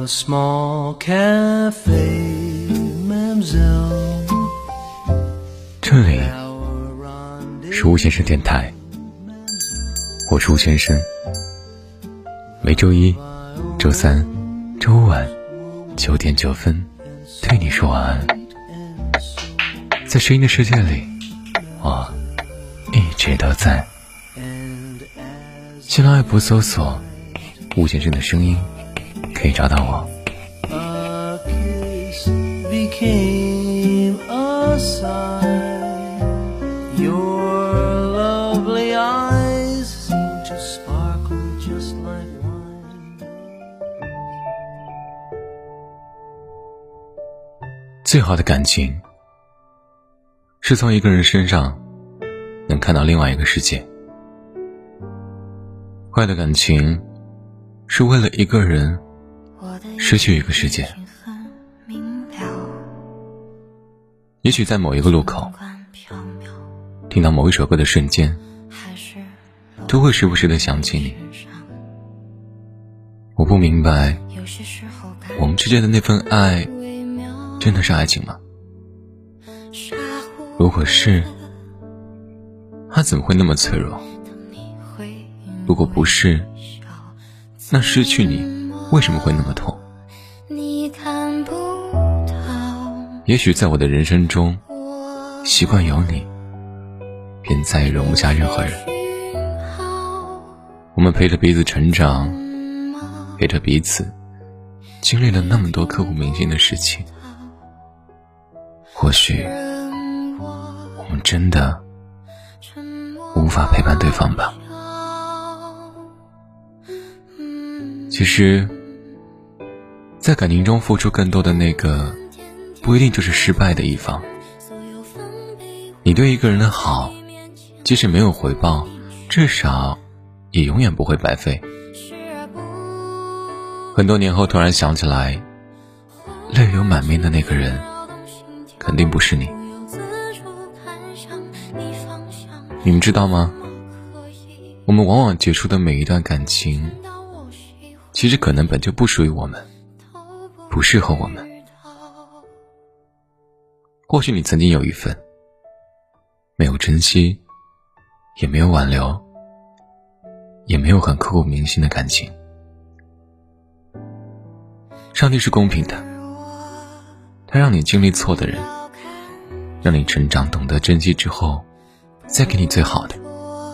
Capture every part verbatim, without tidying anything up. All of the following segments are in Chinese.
A small cafe, Mamselle. 这里是吴先生电台，我是吴先生。每周一、周三、周五晚九点九分对你说晚安。在声音的世界里，我一直都在。新浪微博搜索吴先生的声音，可以找到我。 A kiss became a sigh. Your lovely eyes seem to sparkle just like wine. 最好的感情是从一个人身上能看到另外一个世界。坏的感情是为了一个人失去一个世界。也许在某一个路口，听到某一首歌的瞬间，都会时不时地想起你。我不明白，我们之间的那份爱真的是爱情吗？如果是，它怎么会那么脆弱？如果不是，那失去你为什么会那么痛？也许在我的人生中，习惯有你，便再也容不下任何人。我们陪着彼此成长，陪着彼此经历了那么多刻骨铭心的事情。或许我们真的无法陪伴对方吧。其实在感情中付出更多的那个不一定就是失败的一方。你对一个人的好，即使没有回报，至少也永远不会白费。很多年后突然想起来，泪流满面的那个人肯定不是你。你们知道吗？我们往往结束的每一段感情，其实可能本就不属于我们，不适合我们。或许你曾经有一份没有珍惜，也没有挽留，也没有很刻骨铭心的感情。上帝是公平的，他让你经历错的人，让你成长懂得珍惜之后，再给你最好的。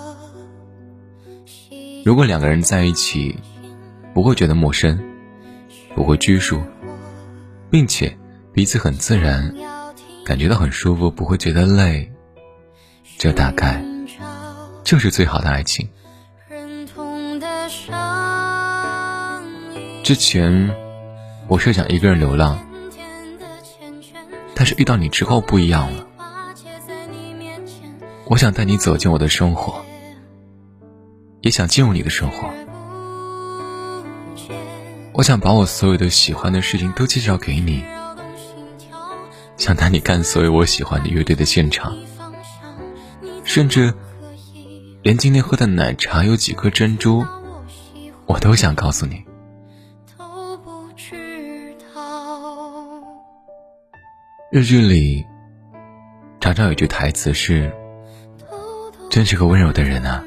如果两个人在一起不会觉得陌生，不会拘束，并且彼此很自然，感觉到很舒服，不会觉得累，这大概就是最好的爱情。之前我设想一个人流浪，但是遇到你之后不一样了。我想带你走进我的生活，也想进入你的生活。我想把我所有的喜欢的事情都介绍给你，想带你看所有我喜欢的乐队的现场，甚至连今天喝的奶茶有几颗珍珠，我都想告诉你。日剧里常常有一句台词是，真是个温柔的人啊。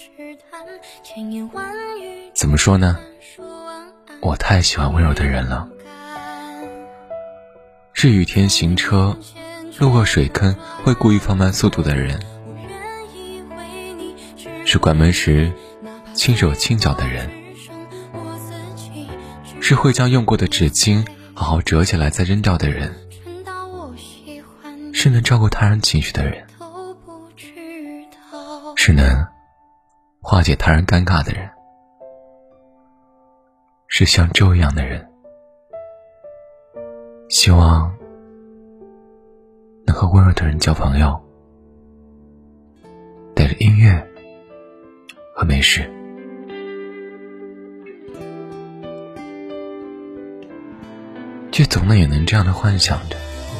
怎么说呢？我太喜欢温柔的人了。是雨天行车路过水坑会故意放慢速度的人，是关门时轻手轻脚的人，是会将用过的纸巾好好折起来再扔掉的人，是能照顾他人情绪的人，是能化解他人尴尬的人，是像粥一样的人。希望能和温柔的人交朋友，带着音乐和美食。却总能也能这样的幻想着，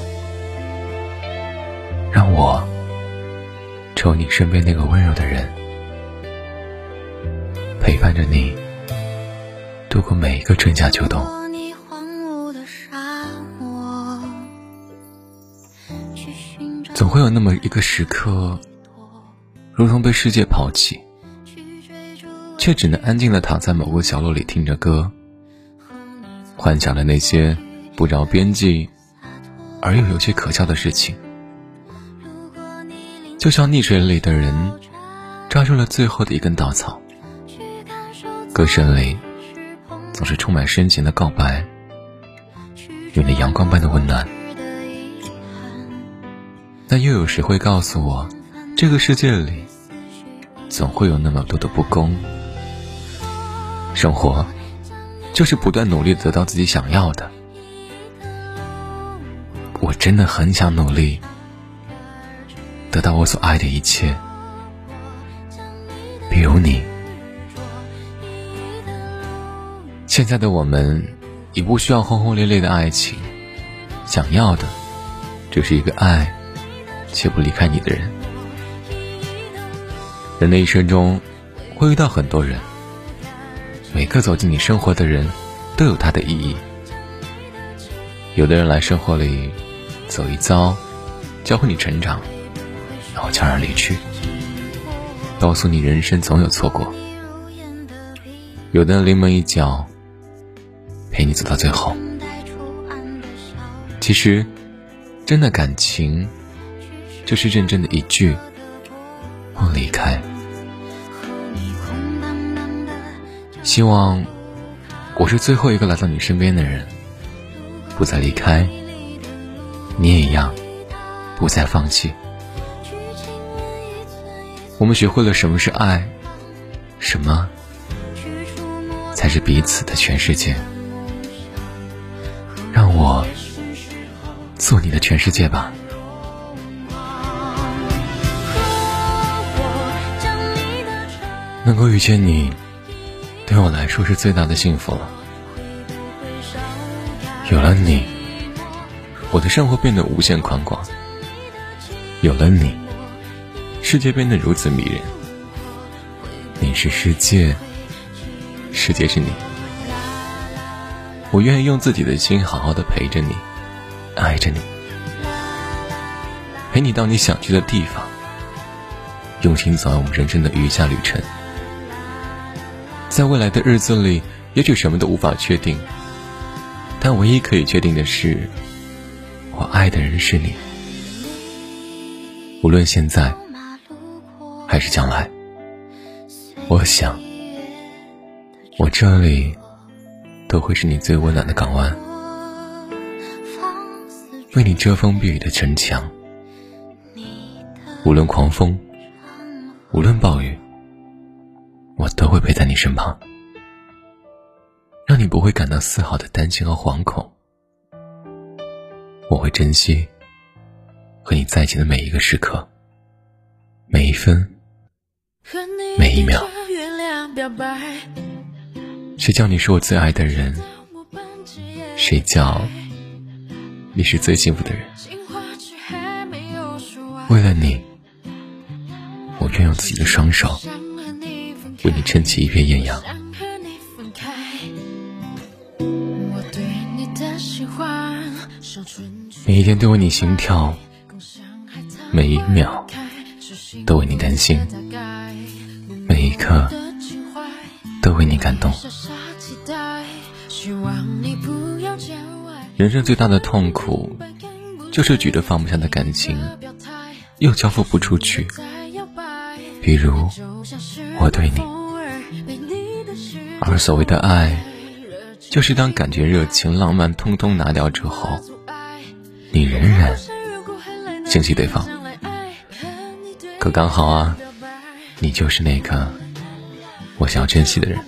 让我成为你身边那个温柔的人，陪伴着你度过每一个春夏秋冬。 总会有那么一个时刻，如同被世界抛弃，却只能安静地躺在某个角落里听着歌，幻想着那些不着边际而又有些可笑的事情。就像溺水里的人抓住了最后的一根稻草，歌声里总是充满深情的告白，有那阳光般的温暖。但又有谁会告诉我，这个世界里总会有那么多的不公。生活就是不断努力得到自己想要的。我真的很想努力得到我所爱的一切，比如你。现在的我们已不需要轰轰烈烈的爱情，想要的只是一个爱却不离开你的人。人的一生中会遇到很多人，每个走进你生活的人都有他的意义。有的人来生活里走一遭，教会你成长，然后悄然离去，告诉你人生总有错过。有的人临门一脚，陪你走到最后。其实真的感情就是认真的一句不离开。希望我是最后一个来到你身边的人，不再离开，你也一样不再放弃。我们学会了什么是爱，什么才是彼此的全世界。让我做你的全世界吧。能够遇见你，对我来说是最大的幸福了。有了你，我的生活变得无限宽广。有了你，世界变得如此迷人。你是世界，世界是你。我愿意用自己的心好好的陪着你，爱着你，陪你到你想去的地方，用心走完我们人生的余下旅程。在未来的日子里，也许什么都无法确定，但唯一可以确定的是，我爱的人是你。无论现在还是将来，我想我这里都会是你最温暖的港湾，为你遮风避雨的城墙。无论狂风，无论暴雨，我都会陪在你身旁，让你不会感到丝毫的担心和惶恐。我会珍惜和你在一起的每一个时刻，每一分每一秒。谁叫你是我最爱的人，谁叫你是最幸福的人。为了你，我愿用自己的双手为你撑起一片艳阳。每一天都为你心跳，每一秒都为你担心，每一刻都为你感动。人生最大的痛苦，就是举着放不下的感情，又交付不出去。比如我对你，而所谓的爱，就是当感觉热情浪漫通通拿掉之后，你仍然珍惜对方。可刚好啊，你就是那个我想要珍惜的人。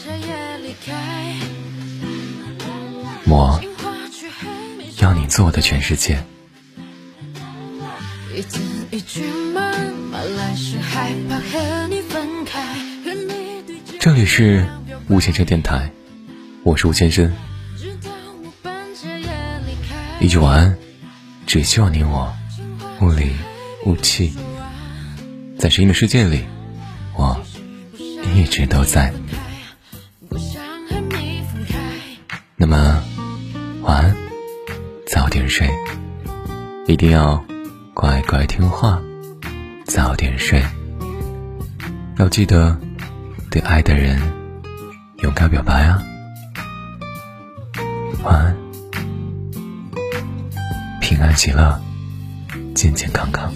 我要你做我的全世界。这里是吴先生电台，我是吴先生。一句晚安，只希望你我雾里雾气，在声音的世界里，我一直都在。那么晚安，早点睡，一定要乖乖听话，早点睡。要记得对爱的人勇敢表白啊。晚安，平安喜乐，健健康康。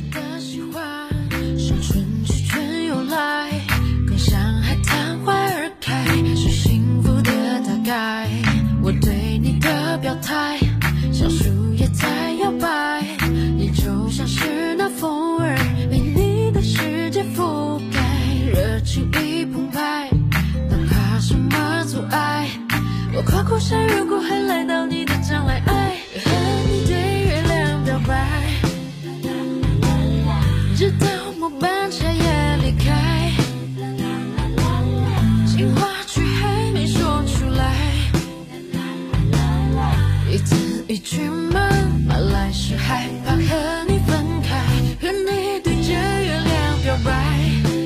我对你的表态像树叶在摇摆，你就像是那风儿被你的世界覆盖，热情已澎湃，哪怕什么阻碍，我跨过山越过海来到你的将来，爱和你对月亮表白，直到末班车也离开，情话却还没说出来，一字一句慢慢来，是害怕和你分开，和你对着月亮表白，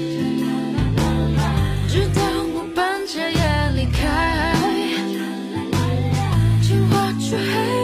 直到末班车也离开，情话却还